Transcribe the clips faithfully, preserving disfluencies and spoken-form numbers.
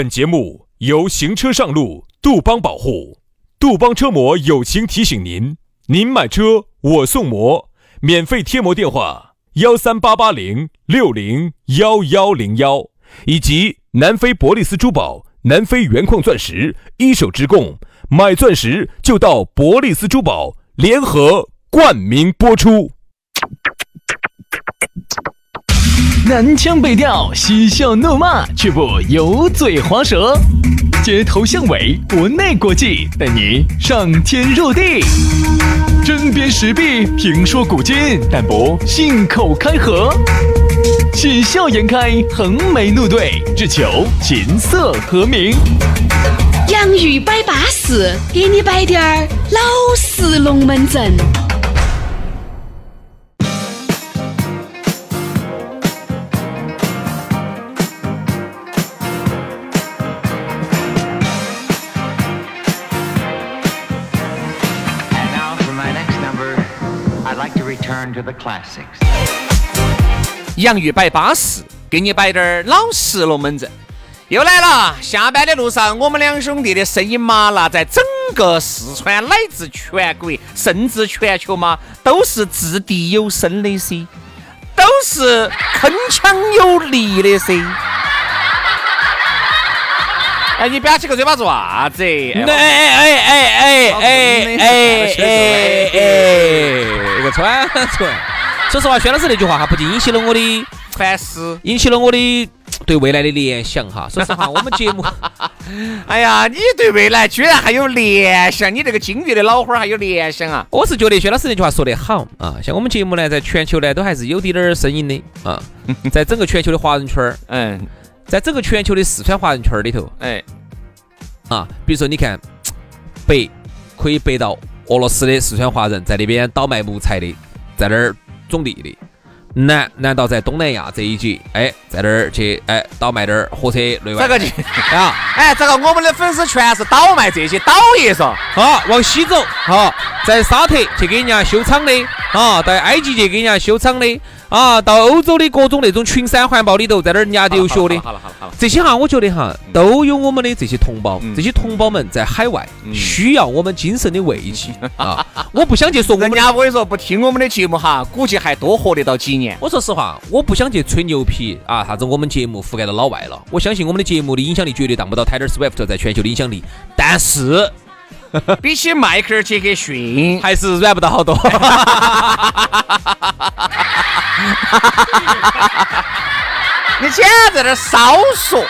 本节目由行车上路杜邦保护，杜邦车模友情提醒您：您买车我送模，免费贴膜电话幺三八八零六零幺幺零幺，以及南非伯利斯珠宝、南非原矿钻石一手直供，买钻石就到伯利斯珠宝，联合冠名播出。 南腔北调，嬉笑怒骂，却不油嘴滑舌，街头巷尾，国内国际，带你上天入地，针砭时弊，评说古今，但不信口开河，喜笑颜开，横眉怒对，只求琴瑟和鸣。 洋芋摆巴士，给你摆点儿老式龙门阵。 To the classics. 洋芋摆巴士，给你摆点老实龙门阵。又来了，下班的路上，我们两兄弟的声音嘛，那在整个四川乃至全国，甚至全球嘛，都是掷地有声的噻，都是铿锵有力的噻。哎，你不要起个嘴巴做啥子？哎哎哎哎哎哎哎哎哎， 这个川川。说实话，薛老师那句话哈，不禁引起了我的反思， 引起了我的对未来的联想哈。说实话，我们节目， 哎呀，你对未来居然还有联想，你这个经济的老花还有联想啊！ 我是觉得薛老师那句话说得好啊，像我们节目呢，在全球呢都还是有点点声音的啊，在整个全球的华人圈，嗯。在整个全球的四川华人圈里头，哎，啊，比如说你看，北可以北到俄罗斯的四川华人，在那边倒卖木材的，在那儿种地的；南南到在东南亚这一节，哎，在那儿去哎倒卖点儿火车内外。 这个就啊，哎，这个我们的粉丝全是倒卖这些倒爷说， 好，往西走，好，在沙特去给人家修厂的，啊，到埃及去给人家修厂的。啊，到欧洲的各种那种群山环抱里头，在那儿人家留学的， 好了好了好了， 这些哈，我觉得哈，都有我们的这些同胞，这些同胞们在海外需要我们精神的慰藉啊！我不想去说我们， 人家我跟你说不听我们的节目哈，估计还多活得到几年。 我说实话，我不想去吹牛皮啊，啥子我们节目覆盖到老外了，我相信我们的节目的影响力绝对当不到 Taylor Swift 在全球的影响力，但是比起迈克尔·杰克逊还是软不到好多。 你竟然在这少说，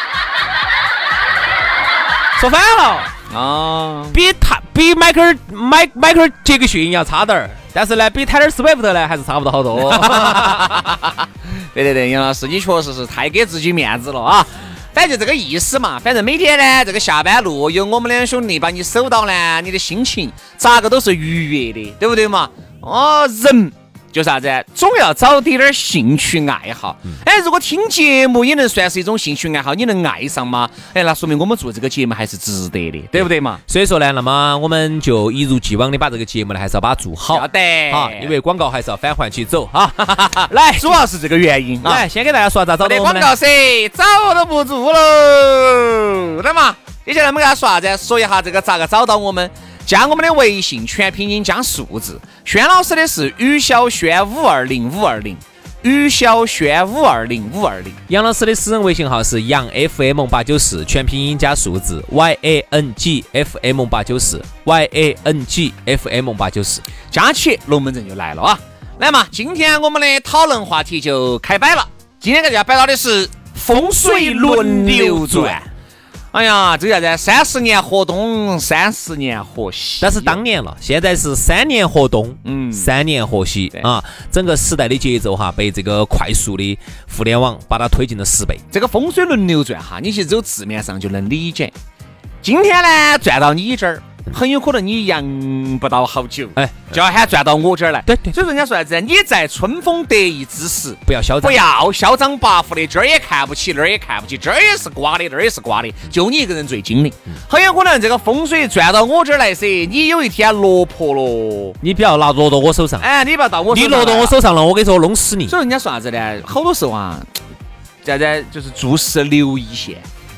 说反了啊、哦！ 比他比迈克尔迈迈克尔杰克逊要差点儿，但是呢，比 Taylor Swift 呢还是差不到好多。 对对对，杨老师，你确实是太给自己面子了啊！反正这个意思嘛，反正每天呢，这个下班路有我们两兄弟把你守到呢，你的心情咋个都是愉悦的，对不对嘛？哦，人。就啥子，总要找点点兴趣爱好。哎，如果听节目也能算是一种兴趣爱好，你能爱上吗？哎，那说明我们做这个节目还是值得的，对不对嘛？ 所以说呢，那么我们就一如既往的把这个节目呢，还是要把它做好。 要得啊， 因为广告还是要返还起走哈。来， 主要是这个原因啊。 来，先给大家说咋找到我们呢？ 广告噻，找都不做喽。那么接下来我们给大家说啥子？说一下这个咋个找到我们。加我们的微信，全拼音加数字。轩老师的是于小轩五二零五二零，于小轩五二零五二零。 杨老师的私人微信号是杨 F M 八九四，全拼音加数字 Y A N G F M 八九四 Y A N G F M 八九四， 加起龙门阵就来了啊！来嘛，今天我们的讨论话题就开摆了。今天给大家摆到的是风水轮流转。哎呀，这叫啥子？三十年河东，三十年河西。 但是当年了，现在是三年河东，嗯，三年河西啊！整个时代的节奏哈，被这个快速的互联网把它推进了十倍。 这个风水轮流转哈，你其实走字面上就能理解。今天呢，转到你这儿，很有可能你养不到好久，哎，就要喊转到我这儿来。 对对， 所以说人家说啥子？你在春风得意之时， 不要嚣张， 不要嚣张跋扈的，这儿也看不起，那儿也看不起，这儿也是瓜的，那儿也是瓜的，就你一个人最精明。嗯、很有可能这个风水转到我这儿来噻，你有一天落魄了， 你不要拿落到我手上。 哎，你不要到我手上， 你落到我手上了，我跟你说，弄死你。 所以人家说啥子呢？好多时候啊，在在就是做事留一线。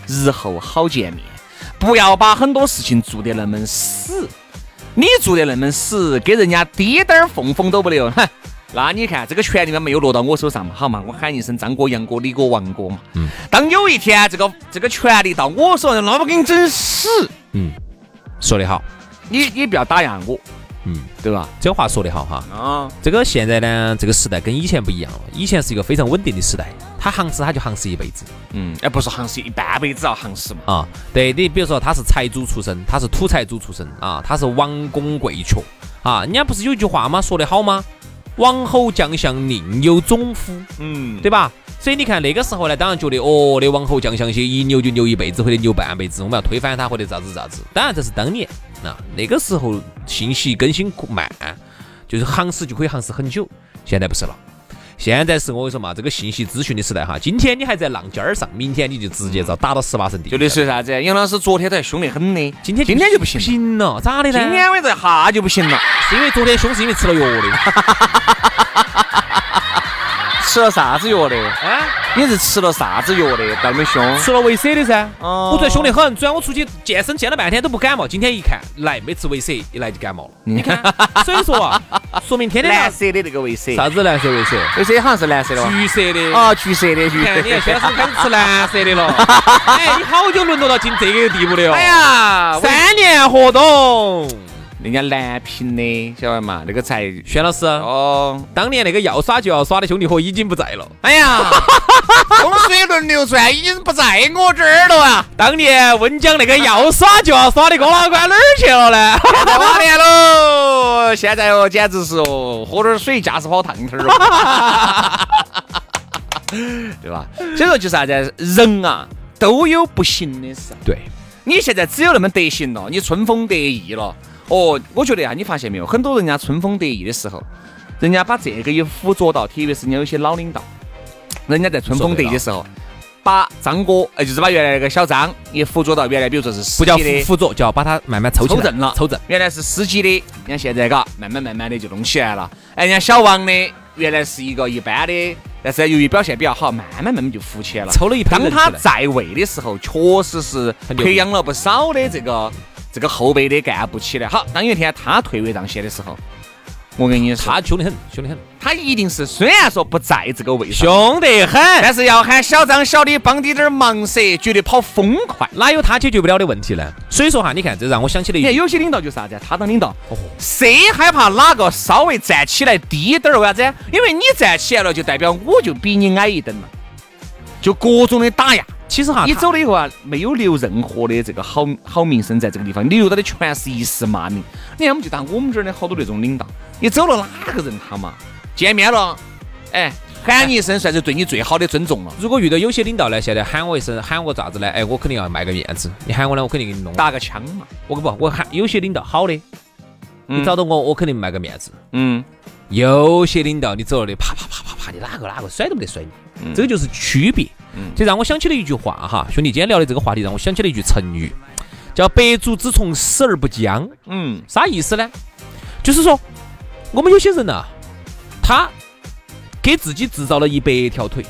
日后好见面。不要把很多事情做得那么死，你做得那么死，给人家滴点儿缝缝都不留，哼。那你看这个权利嘛没有落到我手上嘛，好嘛，我喊一声张哥、杨哥、李哥、王哥嘛。嗯。当有一天这个这个权利到我手上，那我给你整死。 嗯，说得好。 你你不要打压我。 嗯， 对吧？ 这个话说得好哈。 啊， 这个现在呢，这个时代跟以前不一样了。以前是一个非常稳定的时代，他行市他就行市一辈子。 嗯，哎，不是行市一半辈子要行市嘛。 啊，对，你比如说他是财主出身，他是土财主出身啊，他是王公贵族啊，人家不是有一句话吗？说得好吗？王侯将相宁有种乎？嗯，对吧？所以你看那个时候呢，当然觉得哦，那王侯将相些一牛就牛一辈子或者牛半辈子，我们要推翻他或者咋子咋子。当然这是当年啊，那个时候信息更新慢，就是行市就可以行市很久。现在不是了，现在是我跟你说嘛，这个信息资讯的时代哈。今天你还在浪尖儿上，明天你就直接遭打到十八层地狱。 就类似于啥子？杨老师昨天都还凶得很的，今天今天就不行不行了，咋的呢？ 今天为这哈就不行了， 是因为昨天凶是因为吃了药的。 吃了啥子药的？啊，你是吃了啥子药的？那么凶？ 吃了维 C 的噻。 哦， 我昨天凶得很，虽然我出去健身健了半天都不感冒，今天一看来没吃维 C， 一来就感冒了。你看，所以说啊，说明天天蓝色的那个维 C， 啥子蓝色维 C？ 维 C 好像是蓝色的， 橘色的。 哦，橘色的，橘色的。 你看，现在是开始吃蓝色的了。哎，你好久沦落到今这个地步的哦。 哎呀， 三年活动。 人家蓝屏的，晓得嘛？那个才轩老师哦，当年那个要耍就要耍的兄弟伙已经不在了。 哎呀，风水轮流转，已经不在我这儿了啊！ 当年温江那个要耍就要耍的郭老倌哪儿去了呢？ 八年喽，现在哦，简直是哦，喝点水驾驶跑烫头了，对吧？所以说就是啥子，人啊都有不行的时候。 对， 你现在只有那么得行了，你春风得意了。哦，我觉得啊，你发现没有，很多人家春风得意的时候，人家把这个也辅佐到，特别是人家有些老领导，人家在春风得意的时候，把张哥，呃，就是把原来那个小张也辅佐到原来，比如说是司机的，不叫辅佐，就要把他慢慢抽起来， 抽正了， 抽正。 原来是司机的，人家现在嘎，慢慢慢慢的就弄起来了。哎，人家小王的，原来是一个一般的，但是由于表现比较好，慢慢慢慢就浮起来了， 抽了一盆。 当他在位的时候，确实是培养了不少的这个。这个后辈的干部起来，好，当有一天他退位让贤的时候，我跟你说， 他凶得很，凶得很。 他一定是虽然说不在这个位上， 凶得很， 但是要喊小张小李帮点点忙噻，绝对跑疯快， 哪有他解决不了的问题呢？所以说哈，你看，这让我想起了一， 你看有些领导就是啥子，他当领导，哦、谁害怕哪个稍微站起来低点儿？为啥子？因为你站起来了，就代表我就比你矮一等了，就各种的打压。 其实哈， 你走了以后啊，没有留任何的这个好好名声在这个地方，你留到的全是一时骂名。你看，我们就当我们这儿的好多那种领导，你走了哪个人他嘛？见面了，哎，喊你一声算是对你最好的尊重了。 如果遇到有些领导呢，现在喊我一声，喊我咋子呢？哎，我肯定要卖个面子。你喊我呢，我肯定给你弄打个枪嘛。 我不，我喊有些领导好的， 嗯、 你找到我，我肯定卖个面子。 嗯， 有些领导你走了的，啪啪啪啪啪，你哪个哪个甩都不得甩你。嗯、这个就是区别。这让我想起了一句话哈，兄弟，今天聊的这个话题让我想起了一句成语，叫百足之虫，死而不僵。 嗯， 啥意思呢？就是说我们有些人啊，他给自己制造了一百条腿，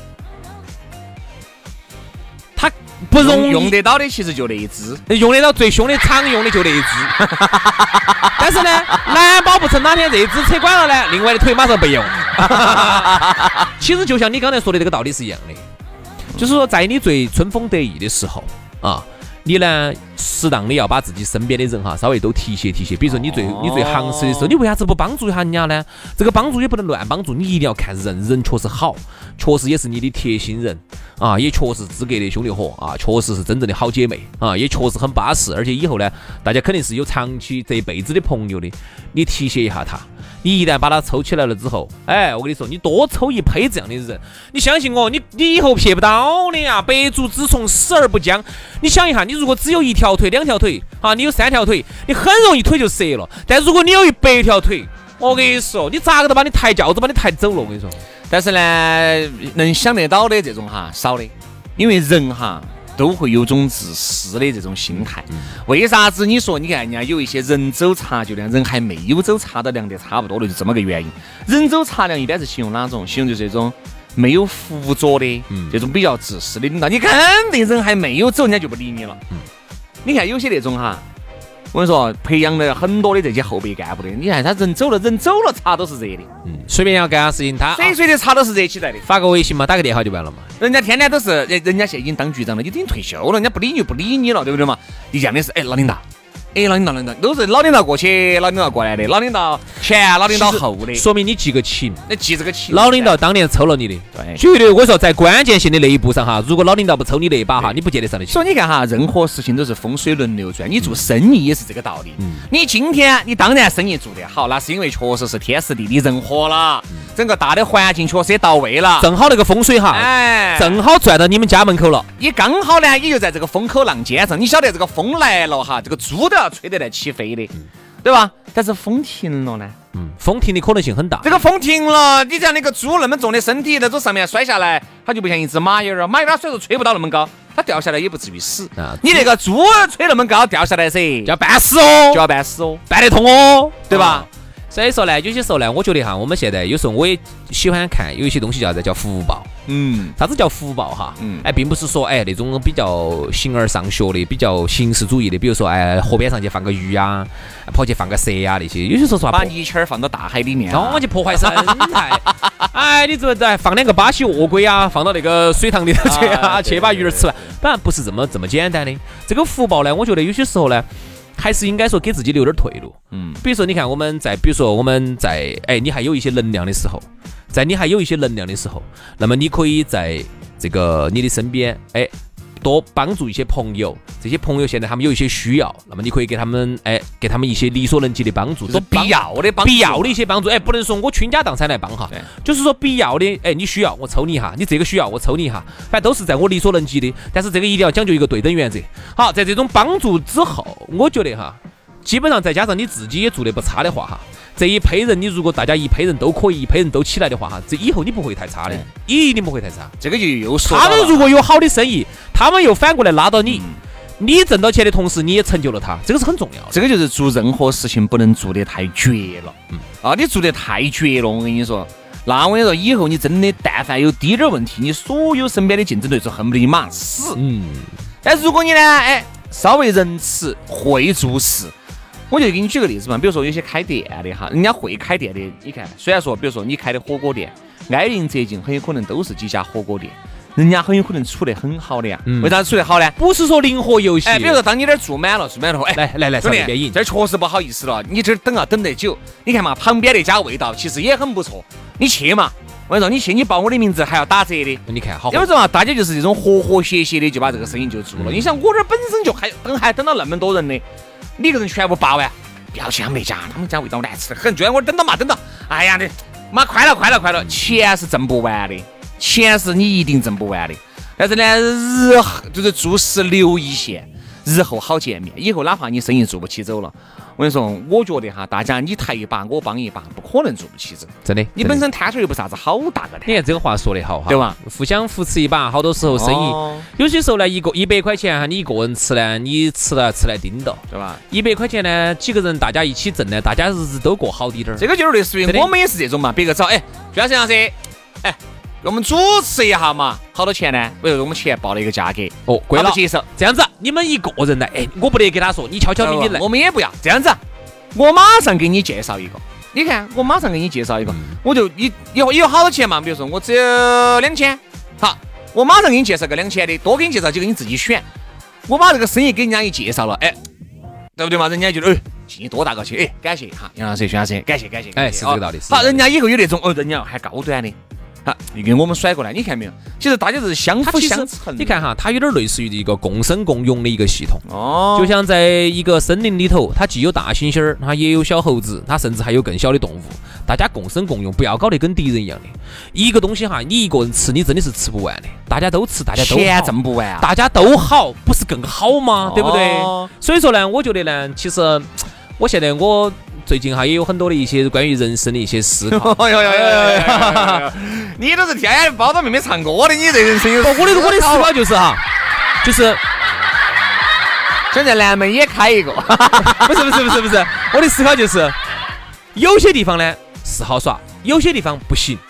他不容易用, 用得到的其实就那一只， 用得到最凶的常用的就那一只。但是呢，难保不成哪天这一只扯管了呢，另外的腿马上不用。其实就像你刚才说的这个道理是一样的。就是说，在你最春风得意的时候啊，你呢适当的要把自己身边的人哈稍微都提携提携。比如说你最你最行势的时候，你为啥子不帮助一下人家呢？这个帮助也不能乱帮助，你一定要看人，人确实好，确实也是你的贴心人啊，也确实资格的兄弟伙啊，确实是真正的好姐妹啊，也确实很巴适。而且以后呢，大家肯定是有长期这一辈子的朋友的，你提携一下他。你一旦把他抽起来了之后，哎，我跟你说，你多抽一批这样的人，你相信我，你你以后撇不到的呀，百足之虫，死而不僵。你想一下，你如果只有一条腿、两条腿啊，你有三条腿，你很容易腿就折了。但如果你有一百条腿，我跟你说，你咋个都把你抬轿子把你抬走了。我跟你说， 但是呢，能想得到的这种哈少的，因为人哈。都会有种自私的这种心态，为啥子你说你看人家有一些人走茶就凉，人还没有走茶的凉得差不多的，就这么个原因。人走茶凉一般是形容哪种？形容就是这种没有辅佐的，嗯，这种比较自私的领导，你肯定人还没有走，人家就不理你了。嗯，你看有些那种哈，我跟你说，培养了很多的这些后备干部的，你看他人走了，人走了，茶都是热的。 嗯，随便要干啥事情，他谁谁的茶都是热起来的。 发个微信嘛，打个电话就完了嘛。 人家天天都是，人人家现在已经当局长了，已经退休了，人家不理你就不理你了，对不对嘛？一样的是，哎，老领导。哎，老领导，领导都是老领导过去，老领导过来的，老领导前，老领导后的， 说明你记个情， 那记这个情。 老领导当年抽了你的， 对， 绝对。我说在关键性的那一步上哈，如果老领导不抽你那一把哈，你不见得上得去。 所以你看哈，任何事情都是风水轮流转，你做生意也是这个道理。嗯，你今天你当然生意做得好，那是因为确实是天时地利人和了，整个大的环境确实也到位了， 正好那个风水哈，哎，正好转到你们家门口了。 你刚好呢，也就在这个风口浪尖上，你晓得这个风来了哈，这个猪都要吹得来起飞。的，对吧？但是风停了呢， 嗯，风停的可能性很大。 这个风停了，你像那个猪那么重的身体，那从上面摔下来，它就不像一只马儿了，马儿它虽然吹不到那么高，它掉下来也不至于死。啊、你那个猪吹那么高掉下来噻， 就要半死哦， 就要半死哦， 半得痛哦，对吧？ 啊、 所以说呢，有些时候呢，我觉得哈，我们现在有时候我也喜欢看有一些东西叫做叫福报。嗯，啥子叫福报哈？嗯，哎，并不是说哎那种比较形而上学的、比较形式主义的，比如说哎河边上去放个鱼啊，跑去放个蛇啊那些，有些说实话， 把泥鳅放到大海里面、啊， 然后去破坏生态。哎，你这在放两个巴西鳄龟啊，放到那个水塘里头去啊，啊去把鱼儿吃完，当然不是这么这么简单的。这个福报呢，我觉得有些时候呢，还是应该说给自己留点退路。嗯，比如说你看我们在，比如说我们在，哎，你还有一些能量的时候。在你还有一些能量的时候，那么你可以在这个你的身边，哎，多帮助一些朋友。这些朋友现在他们有一些需要，那么你可以给他们，哎，给他们一些力所能及的帮助， 都必要的帮助， 必要的一些帮助。哎，不能说我倾家荡产来帮哈，就是说必要的，哎，你需要我抽你一下，你这个需要我抽你一下，反正都是在我力所能及的。但是这个一定要讲究一个对等原则。好，在这种帮助之后，我觉得哈，基本上再加上你自己也做得不差的话哈。这一批人，你如果大家一批人都可以，一批人都起来的话，哈，这以后你不会太差的，一定不会太差。 这个就又说， 他们如果有好的生意，他们又反过来拉到你，嗯、你挣到钱的同时，你也成就了他，这个是很重要的。 这个就是做任何事情不能做得太绝了，嗯啊，你做得太绝了，我跟你说，那我跟你说，以后你真的但凡有滴点问题，你所有身边的竞争对手恨不得你马上死。嗯，但如果你呢，哎，稍微仁慈，会做事。我就给你举个例子嘛，比如说有些开店的哈，人家会开店的，你看，虽然说，比如说你开的火锅店，挨邻则近，很有可能都是几家火锅店，人家很有可能处得很好的呀。嗯、为啥处得好呢？ 不是说灵活游戏。 哎，比如说当你这儿住满了，住满了，哎， 来来来，上那边饮， 这确实不好意思了，你这儿等啊等得久，你看嘛，旁边那家味道其实也很不错，你去嘛。我跟你说，你去，你报我的名字还要打折的。 你看好， 有时候嘛，大家就是这种和和谐谐的就把这个生意就做了。嗯、你想，我这儿本身就还等还等到那么多人呢，你一个人全部八万。不要去他们那家，他们家味道难吃的很。就让我等到嘛，等到，哎呀的，妈快了快了快了，钱是挣不完的，钱是你一定挣不完的。但是呢，日就是做事留一线，日后好见面。以后哪怕你生意做不起走了，我跟你说，我觉得哈，大家你抬一把，我帮一把，不可能做不起走。 真的， 你本身摊出又不啥子好大个摊。 你看这个话说得好哈， 对吧？ 互相扶持一把，好多时候生意，哦、有些时候呢，一个一百块钱哈，你一个人吃呢，你吃了吃来叮到， 对吧？ 一百块钱呢，几个人大家一起挣呢，大家日子都过好滴点儿。 这个就是类似于我们也是这种嘛，别个找哎，就像这样子，哎。给我们主持一下嘛，好多钱呢？比如我们钱报了一个价格， 哦，贵了， 不接受。 这样子，你们一个人来，哎，我不得给他说，你悄悄咪咪来， 我们也不要这样子。我马上给你介绍一个，你看，我马上给你介绍一个，嗯、我就一有有好多钱嘛？比如说我只有两千，好，我马上给你介绍个两千的，多给你介绍几个你自己选。我把这个生意给人家一介绍了，哎，对不对嘛？人家觉得哎，你多大个钱？哎，感谢哈，杨老师、徐老师，感谢感谢， 哎，是这个道理。 好，人家以后有那种哦，人家还高端的。啊，你给我们甩过来，你看没有？其实大家是相辅相成。 你看哈，它有点类似于一个共生共用的一个系统。哦，就像在一个森林里头，它既有大猩猩，它也有小猴子，它甚至还有更小的动物，大家共生共用，不要搞得跟敌人一样的。一个东西哈，你一个人吃，你真的是吃不完的。大家都吃，大家都好， 钱挣不完啊， 大家都好，不是更好吗？对不对？哦、所以说呢，我觉得呢，其实我现在我。最近哈也有很多的一些关于人生的一些思考。哎呦呦呦！ 你都是天天包到妹妹唱歌的，你对人生有？ 我的我的思考就是哈，就是现在南门也开一个， 不是不是不是不是，我的思考就是，有些地方呢是好耍，有些地方不行。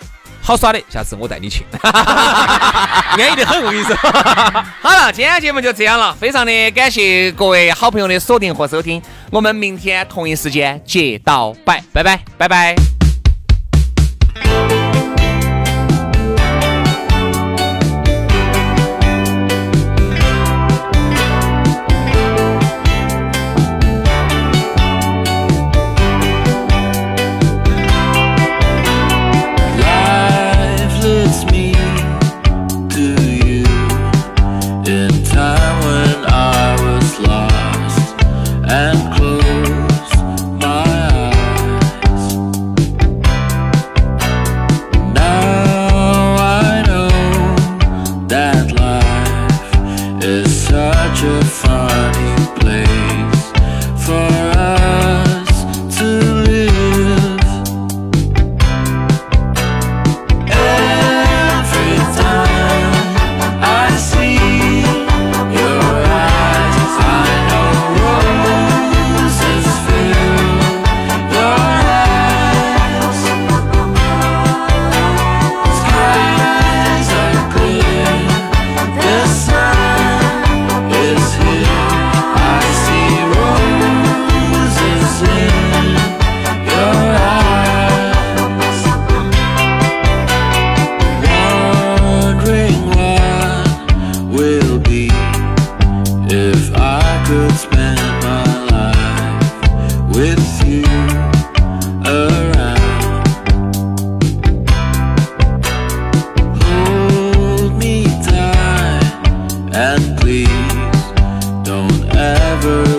好耍的，下次我带你去，安逸得很，我跟你说。 好了，今天节目就这样了，非常的感谢各位好朋友的锁定和收听，我们明天同一时间接到拜，拜拜，拜拜。 And please don't ever